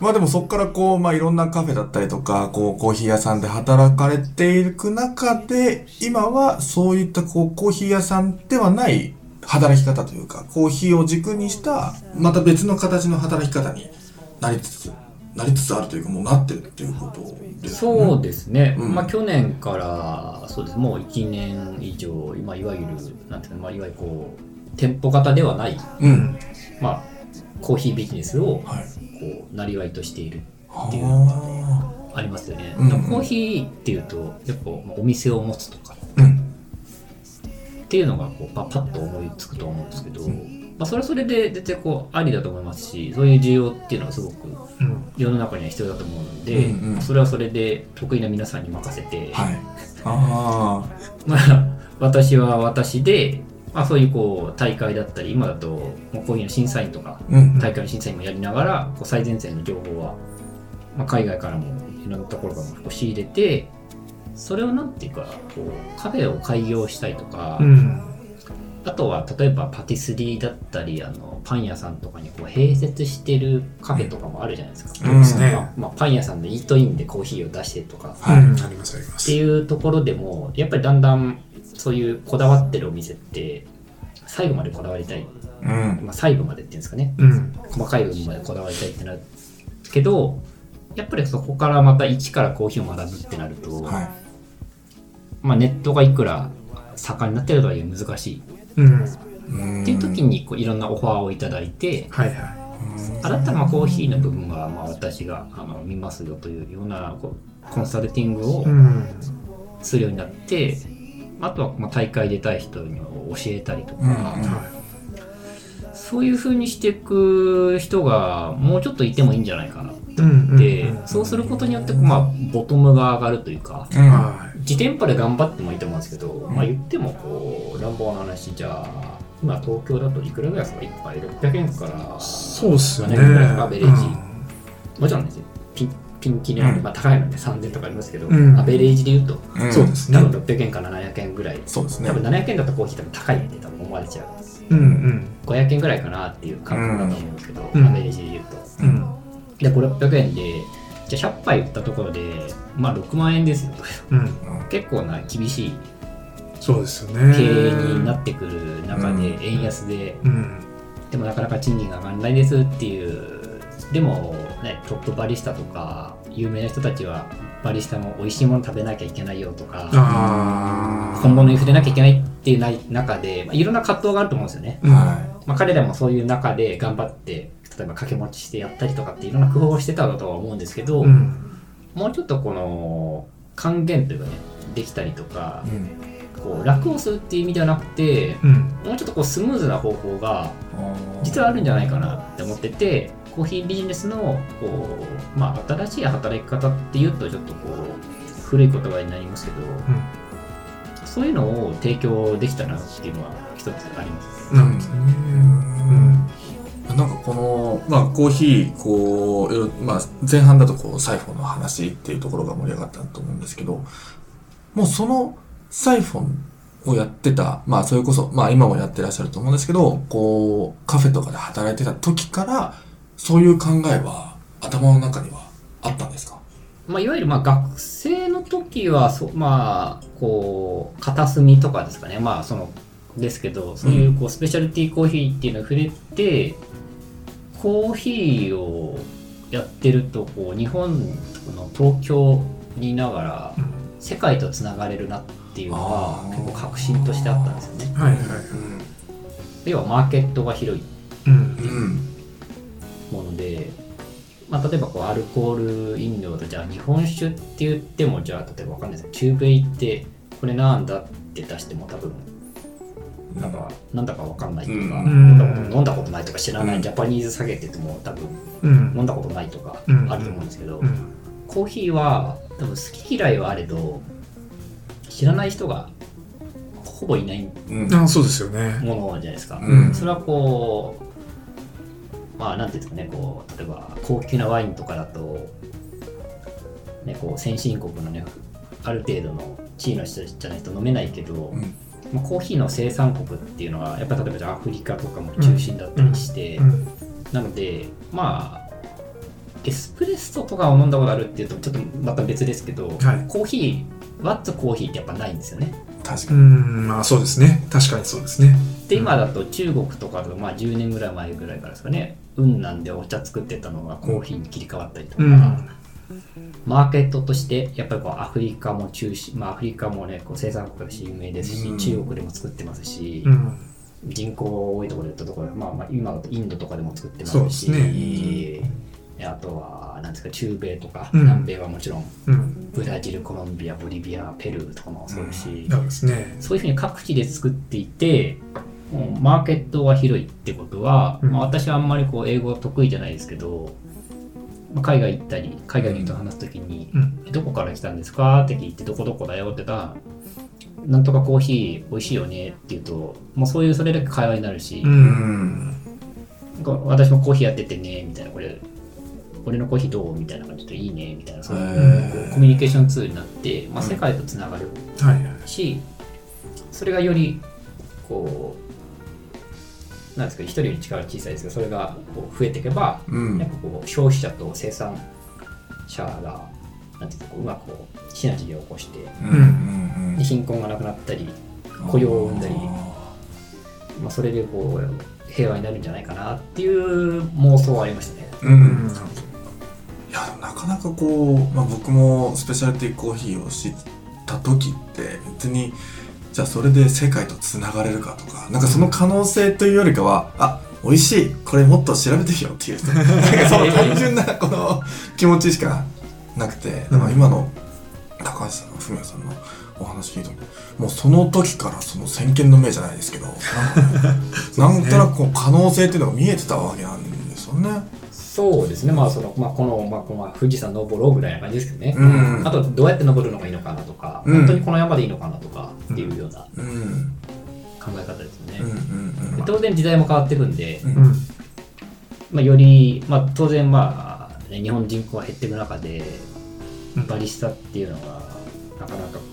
まあでもそこからこう、まあいろんなカフェだったりとか、こうコーヒー屋さんで働かれていく中で、今はそういったこうコーヒー屋さんではない働き方というか、コーヒーを軸にしたまた別の形の働き方になりつつあるというか、もうなってるっていうことですね。 そうですね、 うんまあ去年からそうです、もう1年以上、今いわゆるなんていうの、まあ、いわゆるこう店舗型ではない、 うん。 まあコーヒービジネスをはい。 こうなりわいとしているっていうのがありますよね。 うんでもコーヒーっていうとやっぱお店を持つとかうん。 っていうのがこうパッと思いつくと思うんですけど、まあ、それはそれで絶対こうありだと思いますし、そういう需要っていうのはすごく世の中には必要だと思うので、 うんうんそれはそれで得意な皆さんに任せて、 はい。あまあ私は私で、まあ、そういうこう大会だったり、今だともうこういうの審査員とかあ。うん。 大会の審査員もやりながらこう最前線の情報は、まあ、海外からもいろんなところからも仕入れて、それをなんていうかこうカフェを開業したりとか、あとは例えばパティスリーだったりパン屋さんとかにこう併設してるカフェとかもあるじゃないですか、 そうですね。 まあ、パン屋さんでイートインでコーヒーを出してとかはい。 ありますあります。 っていうところでもやっぱりだんだんそういうこだわってるお店って最後までこだわりたい、 うん。 まあ、細部までっていうんですかね、細かい部分までこだわりたいってなるけど、やっぱりそこからまた一からコーヒーを学ぶってなると、 はい。 まあ、ネットがいくら盛んになってるとはいえ難しいっていう時にこういろんなオファーをいただいて、 はいはい。 だったらまあコーヒーの部分はまあ私が見ますよというようなこうコンサルティングをするようになって、あとはまあ大会出たい人に教えたりとか、そういう風にしていく人がもうちょっといてもいいんじゃないかなって思って、そうすることによってまあボトムが上がるというか、自店舗で頑張ってもいいと思うんですけど、まあ言ってもこう乱暴な話、じゃあ今東京だといくらぐらいですか、1杯600円からそうっすよね。 700円ぐらいですか、アベレージ、もちろんですよ、ピンキリの、まあ、高いので3000とかありますけど、アベレージで言うと、 そうですね。 多分600円から700円ぐらい、 そうですね。 多分700円だったらコーヒー多分高いって多分思われちゃう、500円ぐらいかなっていう感覚だと思うんですけど、アベレージで言うと、でこれ600円でじゃあ100杯売ったところでまあ6万円ですよと、結構な厳しいそうですよね。 経営になってくる中で、円安で、でもなかなか賃金が上がらないですっていう、でも、ね、トップバリスタとか有名な人たちはバリスタも美味しいもの食べなきゃいけないよとか、本物に触れなきゃいけないっていう中で、まあ、いろんな葛藤があると思うんですよね、まあ、彼らもそういう中で頑張って例えば掛け持ちしてやったりとかっていろんな工夫をしてたとは思うんですけど、もうちょっとこの還元というかねできたりとか、こう楽をするっていう意味ではなくて、もうちょっとこうスムーズな方法が実はあるんじゃないかなって思ってて、コーヒービジネスのこう、まあ、新しい働き方っていうとちょっとこう古い言葉になりますけど、そういうのを提供できたなっていうのは一つあります。 なんかこの、まあコーヒー、こう、まあ前半だとこうサイフォンの話っていうところが盛り上がったと思うんですけど、もうそのサイフォンをやってた、まあそれこそ、まあ今もやってらっしゃると思うんですけど、こうカフェとかで働いてた時からそういう考えは頭の中にはあったんですか？ まあ、いわゆるまあ学生の時はまあこう片隅とかですかね、まあそのですけど、そういうこうスペシャルティーコーヒーっていうのを触れて、コーヒーをやってるとこう日本の東京にいながら世界とつながれるなっていうのは結構確信としてあったんですよね。要はマーケットが広いもので、まあ、例えばこうアルコール飲料とじゃあ日本酒って言っても、じゃあ例えばわかんないですけど、中米ってこれなんだって出しても多分なんだかわかんないとか、飲んだことないとか知らない、ジャパニーズ酒って言っても多分飲んだことないとかあると思うんですけど、コーヒーは多分好き嫌いはあれど知らない人がほぼいないそうですよね。 ものじゃないですか。それはこうまあなんていうんですかね、こう例えば高級なワインとかだと、ね、こう先進国のねある程度の地位の人じゃないと飲めないけど、まあ、コーヒーの生産国っていうのはやっぱり例えばじゃあアフリカとかも中心だったりして、なのでまあエスプレッソとかを飲んだことあるっていうとちょっとまた別ですけど、コーヒーワッツコーヒーってやっぱないんですよね。 確かに。 まあそうですね。確かにそうですね。 で今だと中国とかだとまあ10年ぐらい前ぐらいからですかね、雲南でお茶作ってたのがコーヒーに切り替わったりとか、マーケットとしてやっぱりこうアフリカも中心、アフリカもねこう生産国だし有名ですし、中国でも作ってますし、人口多いところで言ったところ、今だとインドとかでも作ってますし、あとはなんですか中米とか、南米はもちろん、ブラジル、コロンビア、ボリビア、ペルーとかもそうですし、そういうふうに各地で作っていて、マーケットが広いってことは、私はあんまりこう英語得意じゃないですけど、海外行ったり海外の人と話すときに、どこから来たんですかって聞いて、どこどこだよって言ったら、なんとかコーヒー美味しいよねって言うと、もうそういうそれだけ会話になるし、私もコーヒーやっててねみたいな、俺のコーヒーどうみたいな感じでいいねみたいな、そういうコミュニケーションツールになって、世界とつながるし、それがよりこうなんですか、一人より力小さいですけど、それがこう増えていけば、やっぱこう消費者と生産者がなんていうかこううまくこうシナジーを起こして、で貧困がなくなったり雇用を生んだり、それでこう平和になるんじゃないかなっていう妄想はありましたね。 いやなかなかこう、僕もスペシャリティコーヒーを知った時って別にじゃあそれで世界とつながれるかとか、なんかその可能性というよりかは、美味しい、これもっと調べてみようっていうその単純なこの気持ちしかなくて、だから今の高橋さんの文也さんのお話聞いてもうその時からその先見の明じゃないですけど、なんとなくこう可能性っていうのが見えてたわけなんですよね。 そうですね、この富士山登ろうぐらいな感じですけどね、あとどうやって登るのがいいのかなとか、本当にこの山でいいのかなとかっていうような考え方ですよね。当然時代も変わっていくんで、より、当然日本人口が減っていく中でバリスタっていうのがなかなか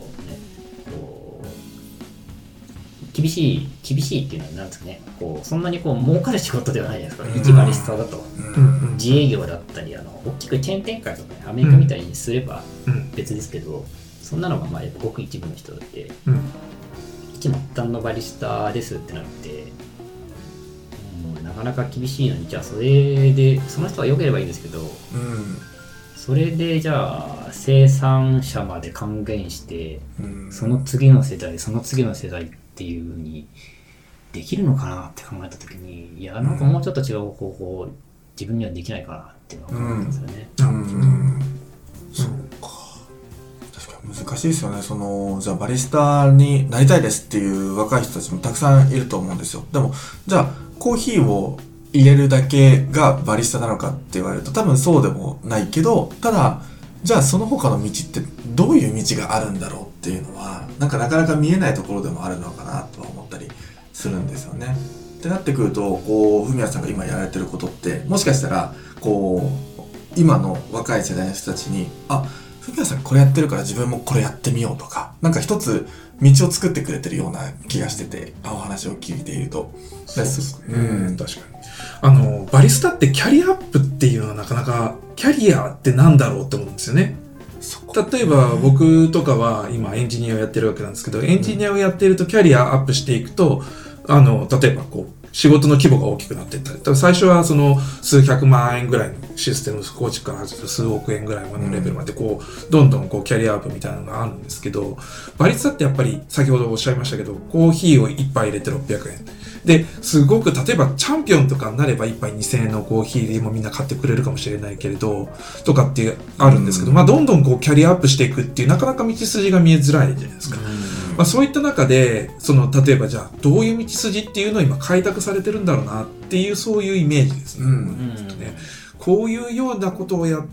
厳しいっていうのはなんですかね、そんなに儲かる仕事ではないじゃないですか、一バリスタだと、自営業だったり大きくチェーン展開とかね、アメリカみたいにすれば別ですけど、そんなのがごく一部の人で、一末端のバリスタですってなって、なかなか厳しいのに、じゃあそれでその人が良ければいいんですけど、それでじゃあ生産者まで還元して、その次の世代っていう風にできるのかなって考えた時に、いやなんかもうちょっと違う方法自分にはできないかなっていうのが考えたんですよね。 そうか、確かに難しいですよね。じゃあバリスタになりたいですっていう若い人たちもたくさんいると思うんですよ。でもじゃあコーヒーを入れるだけがバリスタなのかって言われると多分そうでもないけど、ただじゃあその他の道ってどういう道があるんだろうっていうのはなかなか見えないところでもあるのかなとは思ったりするんですよね。ってなってくると文也さんが今やられてることってもしかしたら今の若い世代の人たちに文也さんこれやってるから自分もこれやってみようとか、なんか一つ道を作ってくれてるような気がしてて、お話を聞いていると。 そうですね。確かに。バリスタってキャリアアップっていうのはなかなか、キャリアってなんだろうって思うんですよね。例えば僕とかは今エンジニアをやってるわけなんですけど、エンジニアをやってるとキャリアアップしていくと、例えば仕事の規模が大きくなっていったり、最初はその数百万円ぐらいのシステム構築から始める数億円ぐらいのレベルまでどんどんキャリアアップみたいなのがあるんですけど、バリスタってやっぱり先ほどおっしゃいましたけど、コーヒーを1杯入れて600円。で、すごく、例えばチャンピオンとかになれば1杯2000円のコーヒーもみんな買ってくれるかもしれないけれど、とかってあるんですけど、どんどんキャリアアップしていくっていう、なかなか道筋が見えづらいじゃないですか。そういった中で、例えばじゃあ、どういう道筋っていうのを今開拓されてるんだろうなっていう、そういうイメージですね。こういうようなことをやって、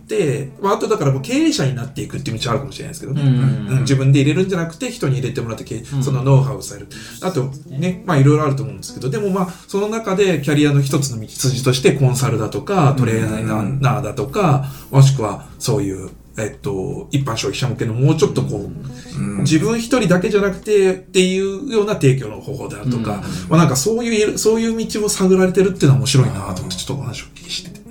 あとだからもう経営者になっていくっていう道はあるかもしれないですけどね。自分で入れるんじゃなくて人に入れてもらってそのノウハウを伝える。あとね、いろいろあると思うんですけど、でもその中でキャリアの一つの道筋としてコンサルだとか、トレーナーだとか、もしくはそういう、一般消費者向けのもうちょっと自分一人だけじゃなくてっていうような提供の方法であるとか、なんかそういう道を探られてるっていうのは面白いなと思ってちょっとお話をお聞きしてて。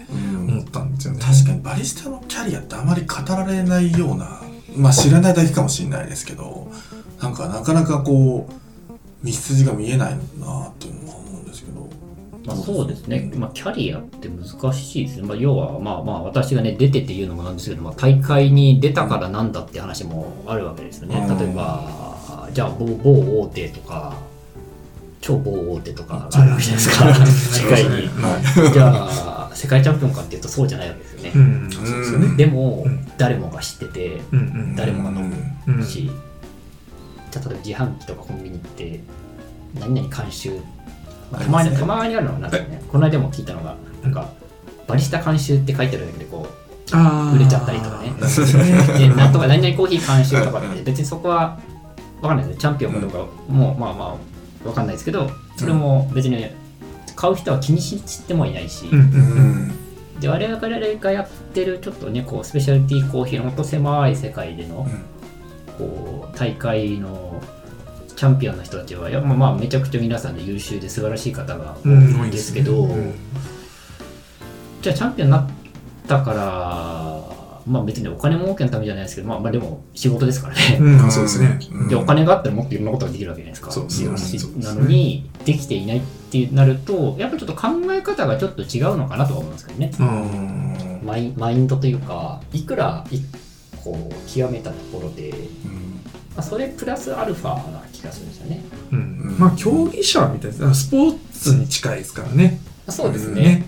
思ったんですよね。 確かにバリスタのキャリアってあまり語られないような、まあ知らないだけかもしれないですけど、なかなかこう道筋が見えないなっていうのは思うんですけど。 まあ、そうですね、まあ、キャリアって難しいですね、まあ、要はまあ私がね出てっていうのもなんですけど、まあ、大会に出たからなんだって話もあるわけですよね。例えばじゃあ某大手とか超某大手とかがあるわけじゃないですか世界に。じゃあ世界チャンピオンかっていうとそうじゃないわけですよね。 そうですよね。 でも誰もが知ってて誰もが飲むし、じゃあ例えば自販機とかコンビニって何々監修、まあ、たまにあるのはなんかね、この間も聞いたのがなんかバリスタ監修って書いてあるだけでこう売れちゃったりとかね。でなんとか何々コーヒー監修とかって別にそこは分かんないですね。チャンピオンかどうかもまあ分かんないですけど、それも別に買う人は気にしてもいないし、で我々がやってるちょっとねこうスペシャルティーコーヒーのほんと狭い世界でのこう大会のチャンピオンの人たちはまあめちゃくちゃ皆さんで優秀で素晴らしい方が多いんですけど、じゃあチャンピオンになったからまあ別にお金儲けのためじゃないですけど、まあでも仕事ですからね。 そうですね。 でお金があったらもっといろんなことができるわけじゃないですか。そういう話なのにできていないってなるとやっぱりちょっと考え方がちょっと違うのかなとは思うんですけどね。マインドというかいくらこう極めたところで、まあ、それプラスアルファな気がするんですよね。 まあ競技者みたいなスポーツに近いですからね。 そうですね。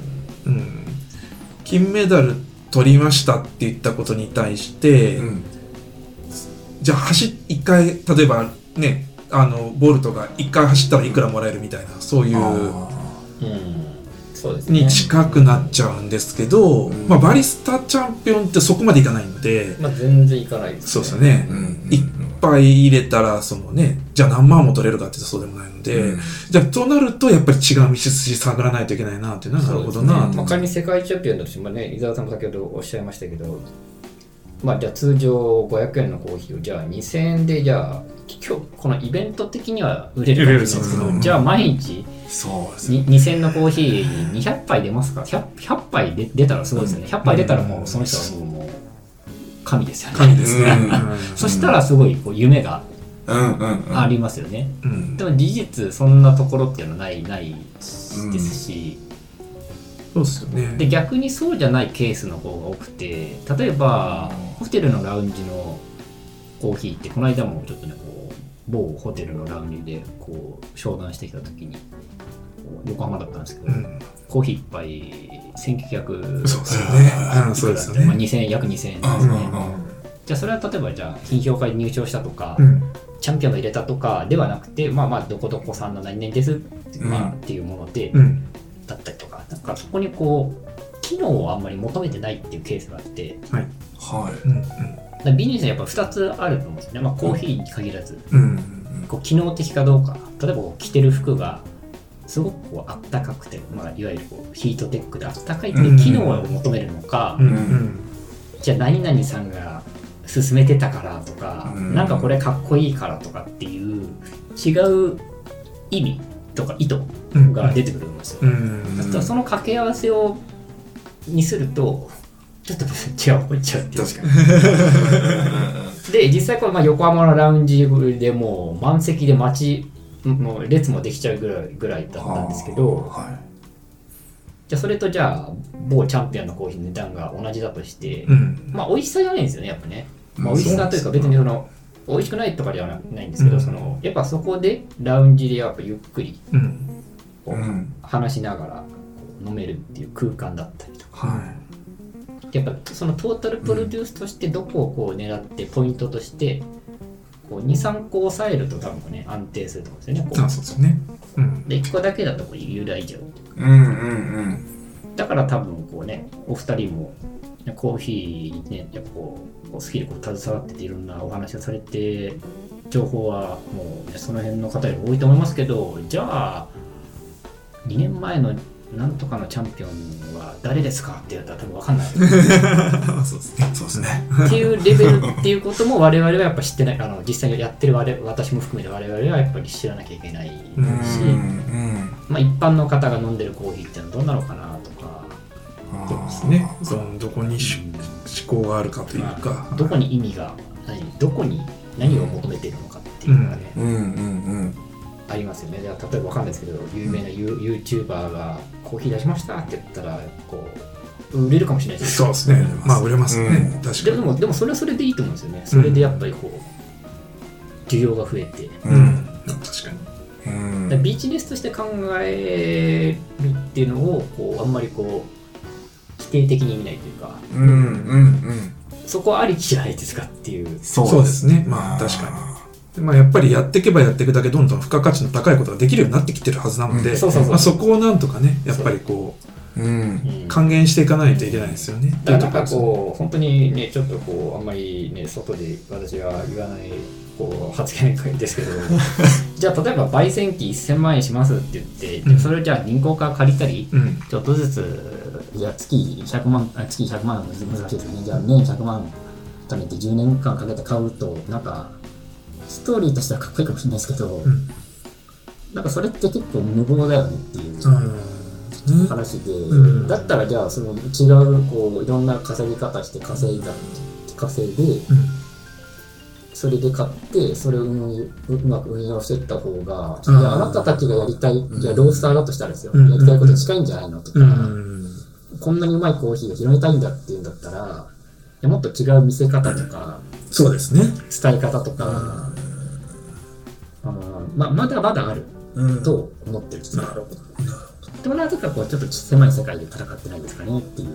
金メダル取りましたって言ったことに対して、じゃあ一回例えばねボルトが1回走ったらいくらもらえるみたいなそういうそうですね、 に近くなっちゃうんですけど、まあ、バリスタチャンピオンってそこまでいかないので、 まあ、全然いかないですね。 そうですよね。いっぱい入れたらそのねじゃあ何万も取れるかってそうでもないので、じゃあとなるとやっぱり違う道筋探らないといけないなっていうのはなるほどなと。 仮に世界チャンピオンだとしてもね、伊沢さんも先ほどおっしゃいましたけど、まあじゃあ通常500円のコーヒーをじゃあ2000円でじゃあ今日このイベント的には売れるかもしれないですけど、じゃあ毎日2000円のコーヒーに200杯出ますか。100杯出たらすごいですよね。100杯出たらもうその人はもう神ですよね。 神ですね。 そしたらすごいこう夢がありますよね。でも事実そんなところっていうのはないですし、 そうですよね。 で逆にそうじゃないケースの方が多くて、例えばホテルのラウンジのコーヒーってこの間もちょっとねこう某ホテルのラウンジでこう商談してきた時に横浜だったんですけど、コーヒー1杯1900 そうですよね。そうですよね。 まあ、約2000円ですね。じゃあそれは例えばじゃあ品評会に入賞したとか、チャンピオンが入れたとかではなくて、まあどこどこさんの何々です、まあ、っていうもので、だったりとか、なんかそこにこう機能をあんまり求めてないっていうケースがあって、ビジネスはやっぱ2つあると思うんですよね。まあ、コーヒーに限らず、こう機能的かどうか。例えばこう着てる服がすごくこうあったかくて、まあ、いわゆるこうヒートテックであったかいっていう機能を求めるのか、じゃあ何々さんが勧めてたからとか、なんかこれかっこいいからとかっていう違う意味とか意図が出てくるんですよ。その掛け合わせにするとちょっと違う方いっちゃうっていう。確かに。で実際これまあ横浜のラウンジでもう満席でもう列もできちゃうぐらいだったんですけど、じゃあそれとじゃあ某チャンピオンのコーヒーの値段が同じだとして、まあ美味しさじゃないんですよねやっぱね。まあ、美味しさというか別にその美味しくないとかではないんですけど、そのやっぱそこでラウンジでやっぱゆっくりこう話しながら飲めるっていう空間だったりとか、やっぱそのトータルプロデュースとしてどこをこう狙ってポイントとしてこう 2,3 個抑えると多分ね安定すると思うんですよね。 そうですね。 で1個だけだとこう揺らいじゃう。だから多分こうねお二人もコーヒーにねやっぱこう好きでこう携わってていろんなお話をされて情報はもう、ね、その辺の方より多いと思いますけど、じゃあ2年前のなんとかのチャンピオンは誰ですかって言ったら多分分かんないそうですねっていうレベルっていうことも我々はやっぱ知ってない。実際にやってる私も含めて我々はやっぱり知らなきゃいけないし、まあ、一般の方が飲んでるコーヒーってのはどんなのかなとか、 ですね。どこに思考があるかというか、 どこに意味がどこに何を求めているのかっていうのがね、ありますよね。例えばわかんないですけど、有名な YouTuber がコーヒー出しましたって言ったらこう売れるかもしれないですそうですね。まあ売れますね。確かに。 でもそれはそれでいいと思うんですよね。それでやっぱりこう需要が増えて、 確かに。 ビジネスとして考えるっていうのをこうあんまりこう否定的に見ないというか、そこはありきじゃないですかっていう。 そうですね。まあ確かに。まあやっぱりやっていけばやっていくだけどんどん付加価値の高いことができるようになってきてるはずなので、そこをなんとかねやっぱりこう還元していかないといけないですよね。 だからなんかこう本当にねちょっとこうあんまりね外で私は言わないこう発言ですけどじゃあ例えば焙煎機1000万円しますって言って、それをじゃあ銀行から借りたり、ちょっとずつじゃあ月100万は難しいですよね。じゃあ年100万貯めて10年間かけて買うとなんかストーリーとしてはかっこいいかもしれないですけど、なんかそれって結構無謀だよねっていう話で、だったらじゃあその違うこういろんな稼ぎ方して稼いで、それで買ってそれをうまく運用していった方が、じゃああなたたちがやりたい、じゃあロースターだとしたらですよ、やりたいことに近いんじゃないのとか、こんなにうまいコーヒーを広めたいんだっていうんだったら、もっと違う見せ方とか、 そうですね、 伝え方とか、まだまだあると思ってるんですよ。でもなぜかこうちょっと狭い世界で戦ってないですかねっていう。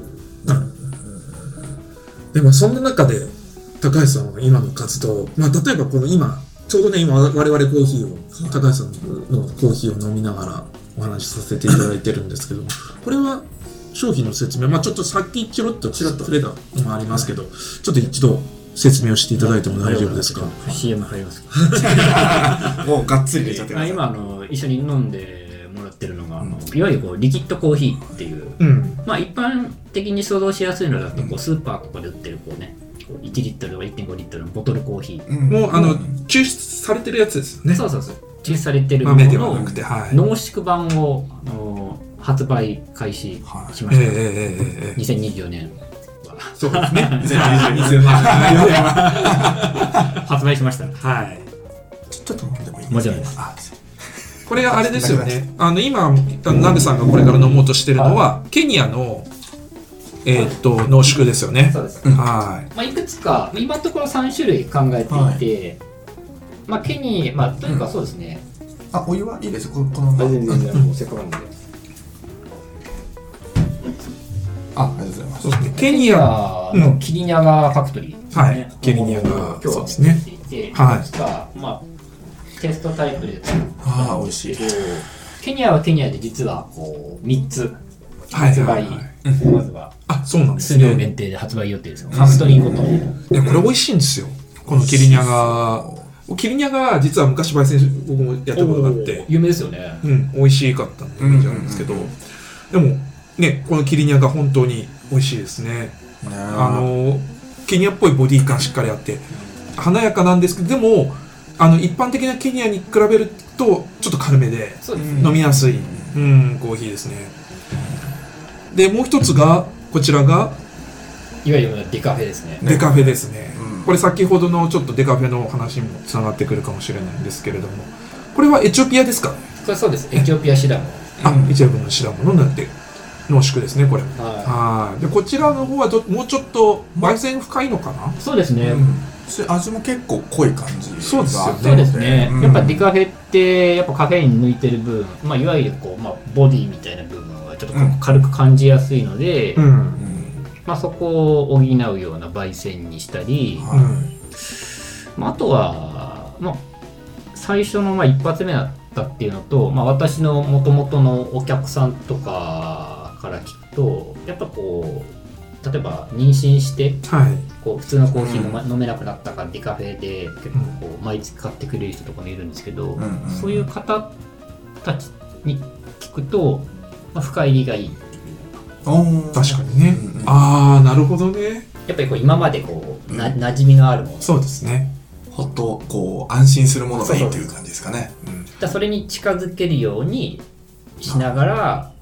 でもそんな中で高橋さんは今の活動、例えばこの今ちょうどね今我々コーヒーを高橋さんのコーヒーを飲みながらお話しさせていただいてるんですけども、これは商品の説明、ちょっとさっきチラッと触れたのもありますけど、ちょっと一度説明をしていただいても大丈夫ですか。 CM 入りますかもうがっつり入れちゃってください。今一緒に飲んでもらってるのが、いわゆるこうリキッドコーヒーっていう、一般的に想像しやすいのだとこうスーパーとかで売ってるこうね1リットルとか 1.5 リットルのボトルコーヒー、 もう抽出されてるやつですよね。 そう抽出されてるものの濃縮版を発売開始しました。2024年そうですね。 発売しました。 はい。ちょっと飲んでもいいですか。 もちろんです。 これあれですよね。今ナグさんがこれから飲もうとしてるのはケニアの濃縮ですよね。 そうです。はい。いくつか今のところ3種類考えていて、ケニアとにかくそうですね。 お湯はいいです。この全然もうせっかくなんで。 ありがとうございます。 ケニアのキリニャガファクトリーですね。 はい。ケリニャガそうですね。はい。テストタイプで美味しい。 ケニアはケニアで実はこう3つ発売、まずはそうなんです数量限定で発売予定ですよ。ファクトリーごとに。 これ美味しいんですよ。このキリニャガ。キリニャガは実は昔焙煎僕もやったことがあって、 有名ですよね。 美味しかったイメージあるんですけど、でもね、このキリニャが本当に美味しいですね。ケニアっぽいボディ感しっかりあって華やかなんですけど、でも一般的なケニアに比べるとちょっと軽めで飲みやすいコーヒーですね。でもう一つがこちらがいわゆるデカフェですね。 デカフェですね。これ先ほどのちょっとデカフェの話もつながってくるかもしれないんですけれども、これはエチオピアですか。 これそうです。エチオピアシダモ。 エチオピアのシダモのなって濃縮ですね、これ。でこちらの方はもうちょっと焙煎深いのかな。 そうですね。 味も結構濃い感じ。 そうですよね。 そうですね。やっぱデカフェってやっぱカフェイン抜いてる分、いわゆるこうボディみたいな部分はちょっと軽く感じやすいので、そこを補うような焙煎にしたり、あとは最初の一発目だったっていうのと、私の元々のお客さんとかから聞くと、やっぱこう例えば妊娠して、こう普通のコーヒー飲めなくなったからデカフェで結構こう毎月買ってくれる人とかもいるんですけど、そういう方たちに聞くと、深入りがいいっていう。 確かにね。なるほどね。 やっぱりこう今までこう馴染みのあるもの。 そうですね。 ほっとこう安心するものがいいという感じですかね。 それに近づけるようにしながら、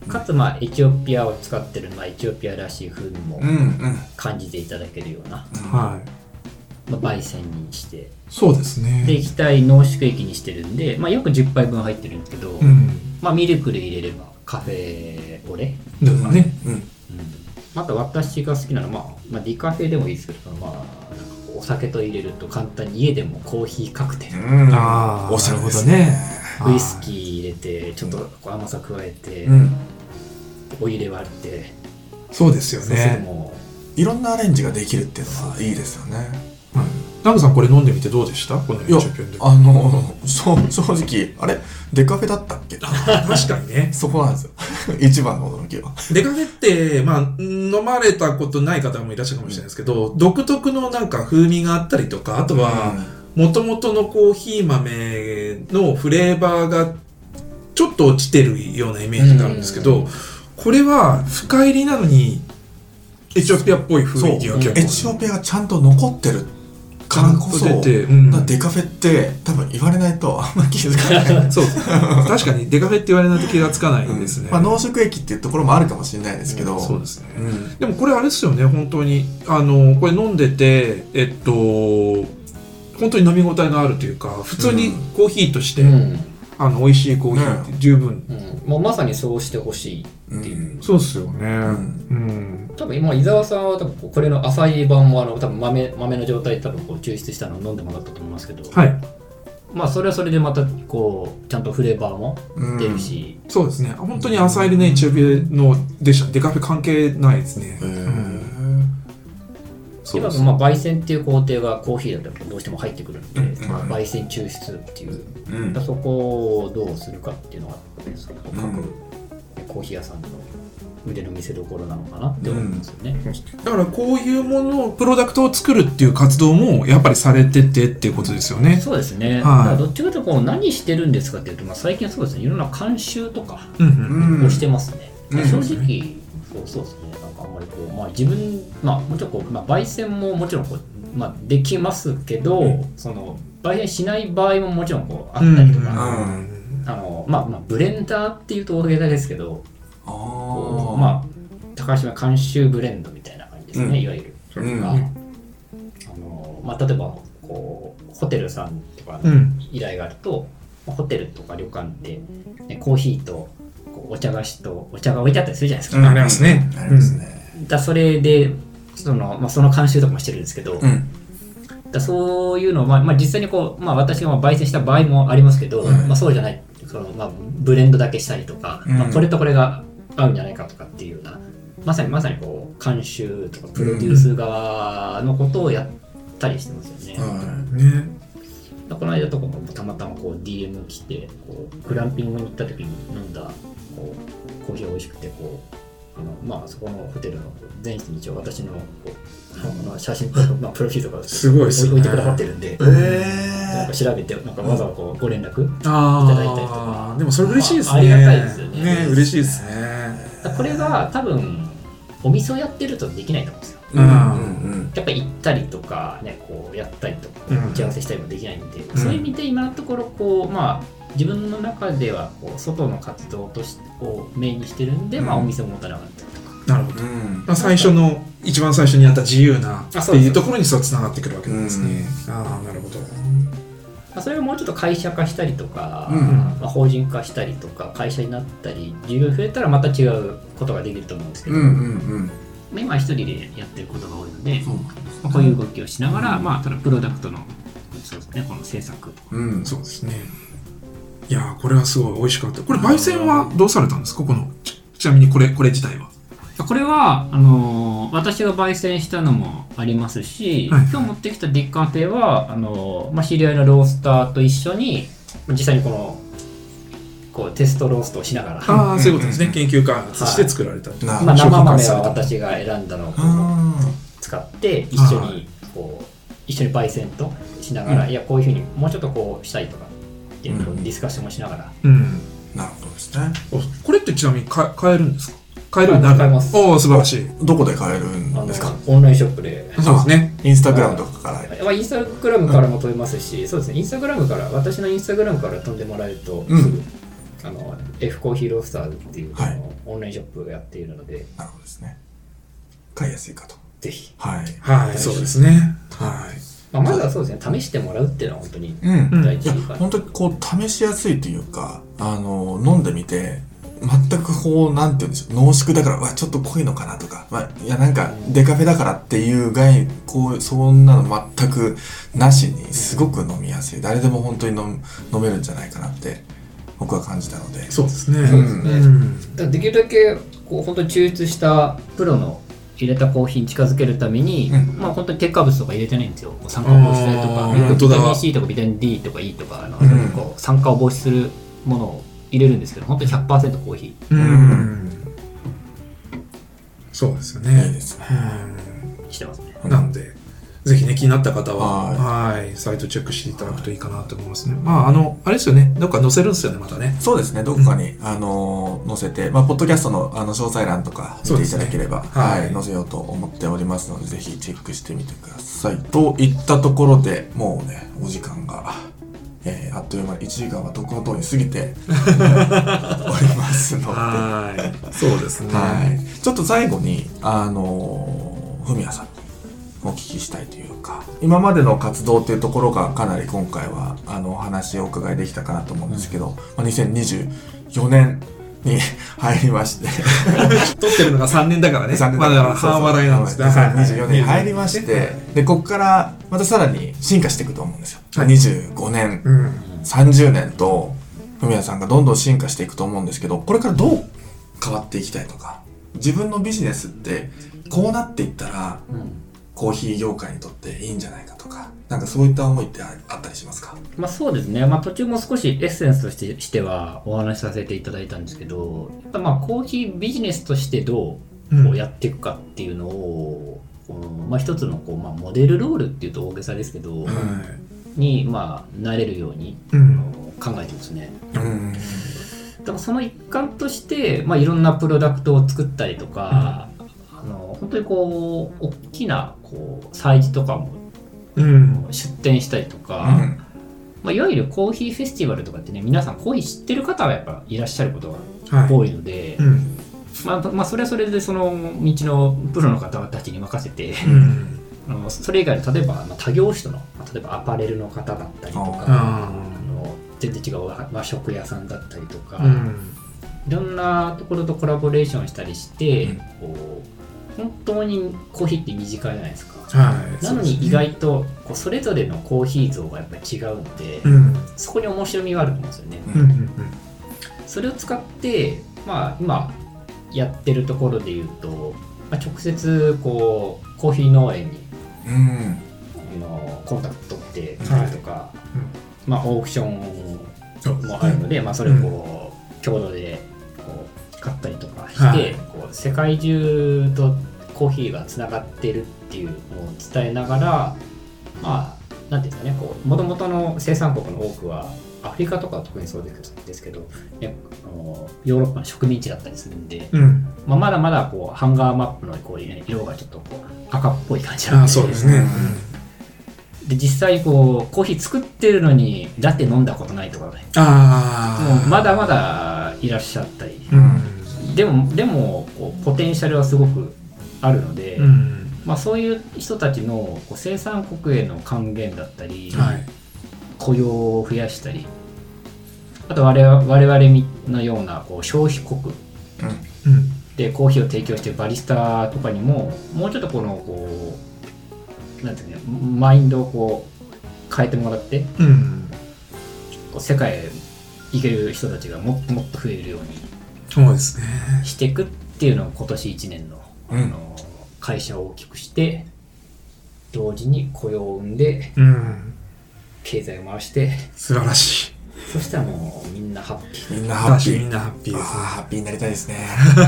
かつエチオピアを使ってる、エチオピアらしい風味も感じていただけるような、焙煎にして、 そうですね。 で液体濃縮液にしてるんで、約10杯分入ってるんですけど、ミルクで入れればカフェオレだからね。 あと私が好きなのは、ディカフェでもいいですけど、なんかお酒と入れると簡単に家でもコーヒーカクテル、 おしゃれですね。 ウイスキー入れてちょっと甘さ加えて、お湯で割って、 そうですよね。 いろんなアレンジができるっていうのはいいですよね。 ナムさんこれ飲んでみてどうでした？このエチオピアンで。 正直あれデカフェだったっけ？ 確かにね。 そこなんですよ。一番の驚きは。 デカフェって飲まれたことない方もいらっしゃるかもしれないですけど、独特のなんか風味があったりとか、あとは元々のコーヒー豆のフレーバーがちょっと落ちてるようなイメージがあるんですけど、これは深入りなのにエチオピアっぽい雰囲気が結構、 エチオピアがちゃんと残ってるからこそ、デカフェって多分言われないとあんまり気づかない。 そう確かにデカフェって言われないと気がつかないですね。 濃縮液っていうところもあるかもしれないですけど、 そうですね。でもこれあれですよね、本当にこれ飲んでて本当に飲み応えがあるというか、普通にコーヒーとして、美味しいコーヒーって十分、 まさにそうしてほしいっていう、 そうですよね。 多分今伊沢さんは多分これの浅い版も多分豆の状態で多分抽出したのを飲んでもらったと思いますけど、それはそれでまたちゃんとフレーバーも出るし、 そうですね。本当に浅入りのエチオピアのデカフェ関係ないですね。 今焙煎っていう工程がコーヒーだとどうしても入ってくるんで、焙煎抽出っていう、そこをどうするかっていうのが各コーヒー屋さんの腕の見せ所なのかなって思いますよね。 だからこういうものをプロダクトを作るっていう活動もやっぱりされててっていうことですよね。 そうですね。だからどっちかというと何してるんですかっていうと、最近そうですね、いろんな監修とかをしてますね。正直そうですね。なんかあんまり自分もちろん焙煎ももちろんできますけど、焙煎しない場合ももちろんあったりとか、ブレンダーっていうと大げさですけど、高島監修ブレンドみたいな感じですね、いわゆる。それが例えばホテルさんとか依頼があると、ホテルとか旅館で、コーヒーとお茶菓子とお茶が置いてあったりするじゃないですか。 ありますね。 それでその監修とかもしてるんですけど、そういうのを、実際に私が焙煎した場合もありますけど、そうじゃないブレンドだけしたりとか、これとこれが合うんじゃないかとかっていうような、まさに監修とかプロデュース側のことをやったりしてますよね。この間とかもたまたまDM 来てグランピングに行った時に飲んだコーヒーが美味しくてそこのホテルの前室に一応私の写真とプロフィールとかすごいですね、 置いてくださってるんで、なんか調べてわざわざご連絡いただいたりとか、 でもそれ嬉しいですね。 ありがたいですよね。 嬉しいですね。 これが多分お店をやってるとできないと思うんですよ。やっぱり行ったりとかね、やったりとか打ち合わせしたりもできないんで、そういう意味で今のところ自分の中では外の活動としてメインにしてるんで、お店を持たなかったりとか。 なるほど。一番最初にやった自由なっていうところにつながってくるわけなんですね。なるほど。 それがもうちょっと会社化したりとか、法人化したりとか、会社になったり、事業増えたらまた違うことができると思うんですけど、今一人でやってることが多いので、こういう動きをしながら、ただプロダクトのそうですね、この制作。 そうですね。いやこれはすごい美味しかった。これ焙煎はどうされたんですか？ちなみにこれ自体は。 これは私が焙煎したのもありますし、今日持ってきたディカフェは知り合いのロースターと一緒に実際にテストローストをしながら、 そういうことですね。研究開発して作られた。 生豆は私が選んだのを使って一緒に焙煎としながら、いやこういうふうにもうちょっとしたいとかっていうのをディスカッションもしながら。 なるほどですね。 これってちなみに買えるんですか？買えるようになる。 買えます。 素晴らしい。 どこで買えるんですか？ オンラインショップで。 そうですね。 インスタグラムとかから。 インスタグラムからも飛べますし、そうですね。インスタグラムから、私のインスタグラムから飛んでもらえるとすぐ F コーヒーロースターズっていう、 はい、 オンラインショップをやっているので。 なるほどですね。買いやすいかと。 ぜひ。 はい。 はい、そうですね。はい。 まずはそうですね、試してもらうっていうのは本当に大事かな。 本当にこう試しやすいというか、飲んでみて、全くこう、なんて言うんでしょう、濃縮だから、ちょっと濃いのかなとか、いやなんかデカフェだからっていうそんなの全くなしに、すごく飲みやすい。誰でも本当に飲めるんじゃないかなって僕は感じたので。 そうですね。 だできるだけこう本当に抽出したプロの入れたコーヒーに近づけるために、本当に添加物とか入れてないんですよ。酸化を防止剤とか、ビタミン C とかビタミン D とか E とかこう酸化を防止するものを入れるんですけど、本当に 100% コーヒー。 そうですよね。 いいですね。 してますね。 なので、ぜひね、気になった方は、サイトチェックしていただくといいかなと思いますね。あれですよね、どっか載せるんですよね、またね。 そうですね、どこかに、載せて、ポッドキャストの、詳細欄とか見ていただければ、載せようと思っておりますので、ぜひチェックしてみてください。といったところで、もうね、お時間が、あっという間に1時間はとっくの通りに過ぎておりますので、 そうですね。 ちょっと最後に、ふみやさんにお聞きしたいというか、今までの活動というところがかなり今回はお話をお伺いできたかなと思うんですけど、2024年に入りまして撮ってるのが3年だからね。まだ半笑いなんですね。 2024年に入りまして、でここからまたさらに進化していくと思うんですよ。25年、30年とふみやさんがどんどん進化していくと思うんですけど、これからどう変わっていきたいとか、自分のビジネスってこうなっていったら、コーヒー業界にとっていいんじゃないかとか、なんかそういった思いってあったりしますか？ そうですね。途中も少しエッセンスとしてはお話しさせていただいたんですけど、やっぱコーヒービジネスとしてどうやっていくかっていうのを、一つのモデルロールっていうと大げさですけど、になれるように考えてますね。でもその一環として、いろんなプロダクトを作ったりとか、本当に大きな催事とかも出店したりとか、いわゆるコーヒーフェスティバルとかってね、皆さんコーヒー知ってる方はやっぱいらっしゃることが多いので、それはそれでその道のプロの方たちに任せて、それ以外の例えば他業種との、例えばアパレルの方だったりとか、全然違う和食屋さんだったりとか、いろんなところとコラボレーションしたりして、本当にコーヒーって身近じゃないですか。なのに意外とそれぞれのコーヒー像がやっぱり違うので、そこに面白みがあると思うんですよね。それを使って、今やってるところで言うと、直接コーヒー農園に、コンタクト取ってたりとか、オークションもあるので、それを共同で買ったりとかして、世界中とコーヒーがつながっているっていうのを伝えながら、なんていうんですかね、もともとの生産国の多くはアフリカとかは特にそうですけど、ヨーロッパの植民地だったりするんで、まだまだハンガーマップの色がちょっと赤っぽい感じなんで、 そうですね。 で実際コーヒー作ってるのにラテ飲んだことないとかね、もうまだまだいらっしゃったり、でもポテンシャルはすごくあるので、そういう人たちの生産国への還元だったり、雇用を増やしたり、あと我々のような消費国でコーヒーを提供しているバリスタとかにももうちょっとなんていうの、マインドを変えてもらって、世界へ行ける人たちがもっともっと増えるようにしていくっていうのを今年1年の、会社を大きくして同時に雇用を生んで、経済を回して、 素晴らしい。 そしたらもうみんなハッピー。 みんなハッピーですね。 ハッピーになりたいですね。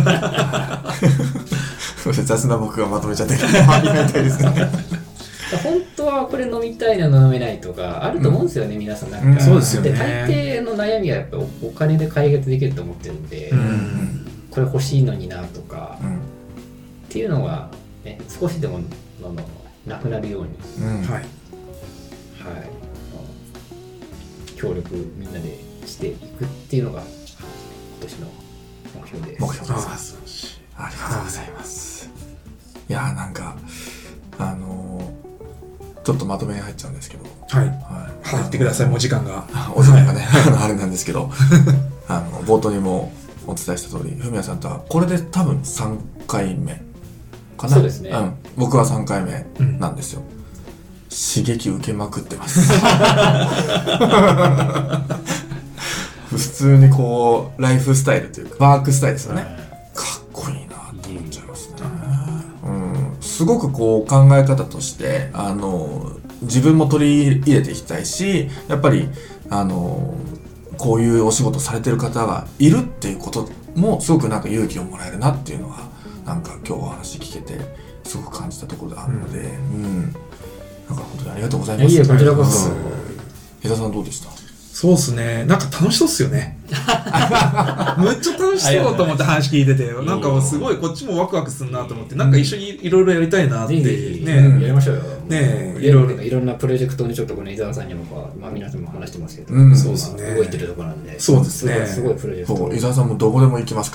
雑な僕がまとめちゃったけど、ハッピーになりたいですね。 本当はこれ飲みたいの飲めないとかあると思うんですよね、皆さん。なんか、 そうですよね。 で大抵の悩みはやっぱお金で解決できると思ってるんで、これ欲しいのになとか、っていうのが、ね、少しでもなくなるように、協力みんなでしていくっていうのが年の目標です。 目標です。ありがとうございます。いやなんかちょっとまとめに入っちゃうんですけど、 はい入ってください。もう時間がお時間がねあれなんですけど冒頭にもお伝えした通り、ふみやさんとはこれで多分3回目かな。 そうですね、 僕は3回目なんですよ、刺激受けまくってます普通にこうライフスタイルというかワークスタイルですよね、かっこいいなと思っちゃいますね。すごくこう考え方として自分も取り入れていきたいし、やっぱりこういうお仕事されてる方がいるっていうこともすごくなんか勇気をもらえるなっていうのはなんか今日お話聞けてすごく感じたところがあるので、なんか本当にありがとうございます。 いやこちらこそ。 江田さんどうでした？ そうですね。なんか楽しそうっすよね。むっちゃ楽しそうと思って話聞いてて、なんかすごいこっちもワクワクするなと思って、なんか一緒にいろいろやりたいなってね、やりましょうよ。 ね、 いろんなプロジェクトにちょっとこの伊沢さんにも皆さんも話してますけど、 そうですね。 動いてるところなんで、 そうですね。 すごいプロジェクト。 伊沢さんもどこでも行きますから。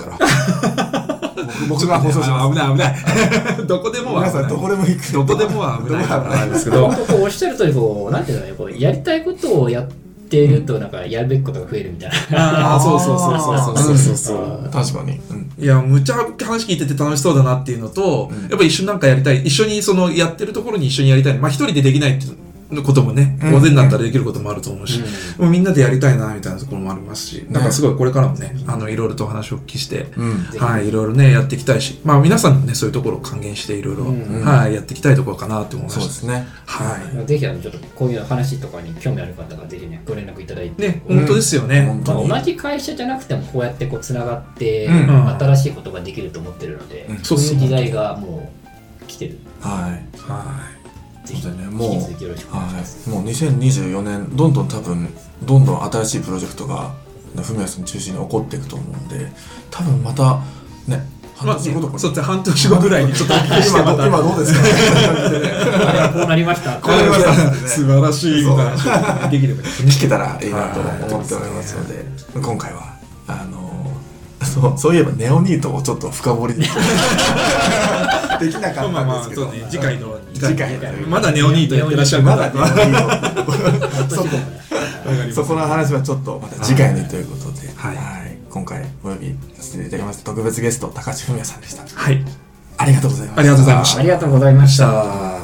僕が放送します。 危ないどこでもは皆さんどこでも行く。 どこでもは危ないからなんですけど、 本当こうおっしゃる通りなんていうのね、やりたいことをやっているとなんかやるべきことが増えるみたいな。 そう確かに。 いやむっちゃ話聞いてて楽しそうだなっていうのと、やっぱ一緒になんかやりたい、一緒にそのやってるところに一緒にやりたい。まあ一人でできないってのこともね、大勢になったらできることもあると思うし、もうみんなでやりたいなみたいなところもありますし、なんかすごいこれからもね、いろいろとお話をお聞きして、はい、いろいろねやっていきたいし、まあ皆さんのねそういうところを還元していろいろはいやっていきたいところかなと思いました。 そうですね。 はい。ぜひちょっとこういう話とかに興味ある方がぜひねご連絡いただいて、 ね本当ですよね。 同じ会社じゃなくてもこうやってこうつながって新しいことができると思ってるので、そういう時代がもう来てる。 はいはい。 ぜひね、 引き続きよろしくお願いします。 もう2024年どんどん新しいプロジェクトがふみやさん中心に起こっていくと思うんで、多分またね半年後とか、そうですね、半年後ぐらいにちょっと今どうですかねこうなりました。 素晴らしいみたいなできれば聞けたらいいなと思っておりますので、今回はそういえばネオニートをちょっと深掘りできなかったんですけど、 次回まだネオニートやってらっしゃる方はそこの話はちょっとまた次回にということで、今回お呼びさせていただきました特別ゲスト高橋文哉さんでした。 はい、 ありがとうございました。 ありがとうございました。 ありがとうございました。